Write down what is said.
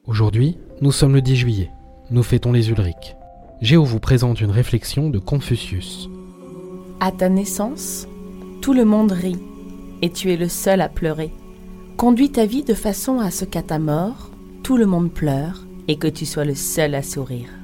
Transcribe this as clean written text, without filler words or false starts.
Aujourd'hui, nous sommes le 10 juillet. Nous fêtons les Ulriques. Géo vous présente une réflexion de Confucius. À ta naissance, tout le monde rit, et tu es le seul à pleurer. Conduis ta vie de façon à ce qu'à ta mort, tout le monde pleure, et que tu sois le seul à sourire.